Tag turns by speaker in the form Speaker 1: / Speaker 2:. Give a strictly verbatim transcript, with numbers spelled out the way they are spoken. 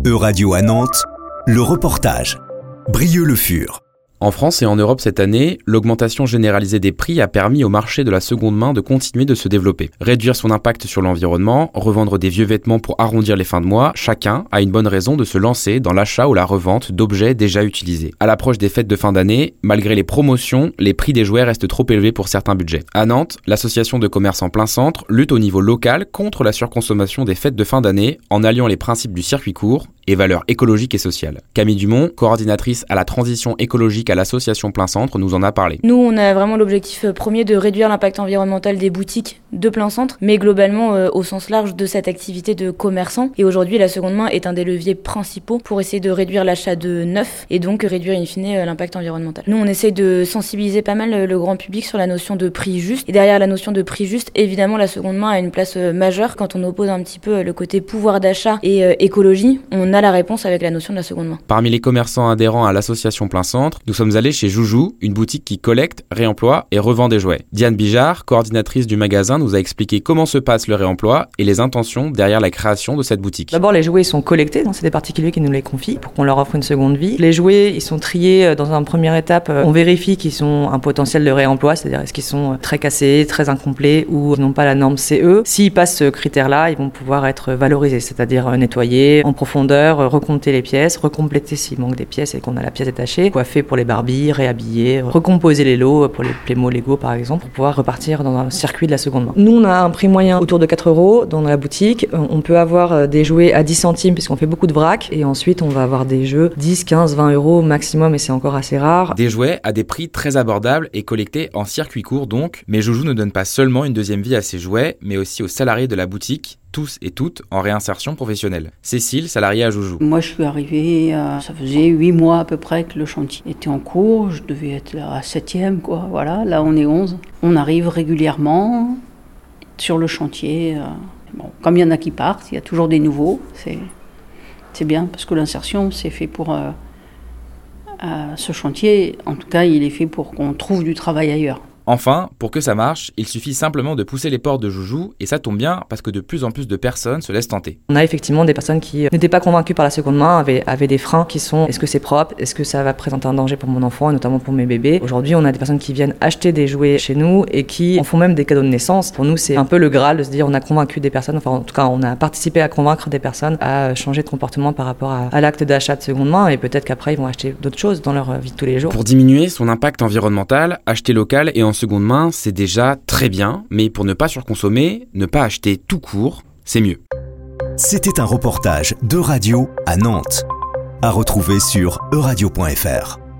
Speaker 1: Euradio à Nantes, le reportage. Brieuc-le Fur.
Speaker 2: En France et en Europe cette année, l'augmentation généralisée des prix a permis au marché de la seconde main de continuer de se développer. Réduire son impact sur l'environnement, revendre des vieux vêtements pour arrondir les fins de mois, chacun a une bonne raison de se lancer dans l'achat ou la revente d'objets déjà utilisés. À l'approche des fêtes de fin d'année, malgré les promotions, les prix des jouets restent trop élevés pour certains budgets. À Nantes, l'association de commerce en plein centre lutte au niveau local contre la surconsommation des fêtes de fin d'année en alliant les principes du circuit court et valeurs écologiques et sociales. Camille Dumont, coordinatrice à la transition écologique à l'association Plein Centre, nous en a parlé.
Speaker 3: Nous, on a vraiment l'objectif premier de réduire l'impact environnemental des boutiques de Plein Centre, mais globalement euh, au sens large de cette activité de commerçant. Et aujourd'hui, la seconde main est un des leviers principaux pour essayer de réduire l'achat de neuf et donc réduire in fine euh, l'impact environnemental. Nous, on essaye de sensibiliser pas mal euh, le grand public sur la notion de prix juste. Et derrière la notion de prix juste, évidemment, la seconde main a une place euh, majeure. Quand on oppose un petit peu euh, le côté pouvoir d'achat et euh, écologie, on a la réponse avec la notion de la seconde main.
Speaker 2: Parmi les commerçants adhérents à l'association Plein Centre, nous sommes allés chez Joujou, une boutique qui collecte, réemploie et revend des jouets. Diane Bijard, coordinatrice du magasin, nous a expliqué comment se passe le réemploi et les intentions derrière la création de cette boutique.
Speaker 4: D'abord, les jouets sont collectés, c'est des particuliers qui nous les confient pour qu'on leur offre une seconde vie. Les jouets, ils sont triés dans une première étape. On vérifie qu'ils ont un potentiel de réemploi, c'est-à-dire est-ce qu'ils sont très cassés, très incomplets ou n'ont pas la norme C E. S'ils passent ce critère-là, ils vont pouvoir être valorisés, c'est-à-dire nettoyés en profondeur, recompter les pièces, recompléter s'il manque des pièces et qu'on a la pièce détachée, coiffer pour les Barbie, réhabiller, recomposer les lots pour les Playmo Lego par exemple, pour pouvoir repartir dans un circuit de la seconde main. Nous, on a un prix moyen autour de quatre euros dans la boutique. On peut avoir des jouets à dix centimes puisqu'on fait beaucoup de vrac et ensuite on va avoir des jeux dix, quinze, vingt euros maximum et c'est encore assez rare.
Speaker 2: Des jouets à des prix très abordables et collectés en circuit court donc, mais Joujou ne donne pas seulement une deuxième vie à ses jouets, mais aussi aux salariés de la boutique, tous et toutes en réinsertion professionnelle. Cécile, salariée à Joujou.
Speaker 5: Moi, je suis arrivée, euh, ça faisait huit mois à peu près que le chantier était en cours. Je devais être là à septième, quoi. Voilà, là, on est onze. On arrive régulièrement sur le chantier. Euh, bon, comme il y en a qui partent, il y a toujours des nouveaux. C'est, c'est bien, parce que l'insertion, c'est fait pour... Euh, euh, ce chantier, en tout cas, il est fait pour qu'on trouve du travail ailleurs.
Speaker 2: Enfin, pour que ça marche, il suffit simplement de pousser les portes de Joujou et ça tombe bien parce que de plus en plus de personnes se laissent tenter.
Speaker 4: On a effectivement des personnes qui n'étaient pas convaincues par la seconde main, avaient, avaient des freins qui sont est-ce que c'est propre, est-ce que ça va présenter un danger pour mon enfant et notamment pour mes bébés. Aujourd'hui, on a des personnes qui viennent acheter des jouets chez nous et qui en font même des cadeaux de naissance. Pour nous, c'est un peu le Graal de se dire on a convaincu des personnes, enfin en tout cas on a participé à convaincre des personnes à changer de comportement par rapport à, à l'acte d'achat de seconde main et peut-être qu'après ils vont acheter d'autres choses dans leur vie de tous les jours.
Speaker 2: Pour diminuer son impact environnemental, acheter local et en seconde main, c'est déjà très bien, mais pour ne pas surconsommer, ne pas acheter tout court, c'est mieux.
Speaker 1: C'était un reportage d'Euradio à Nantes, à retrouver sur euradio point f r.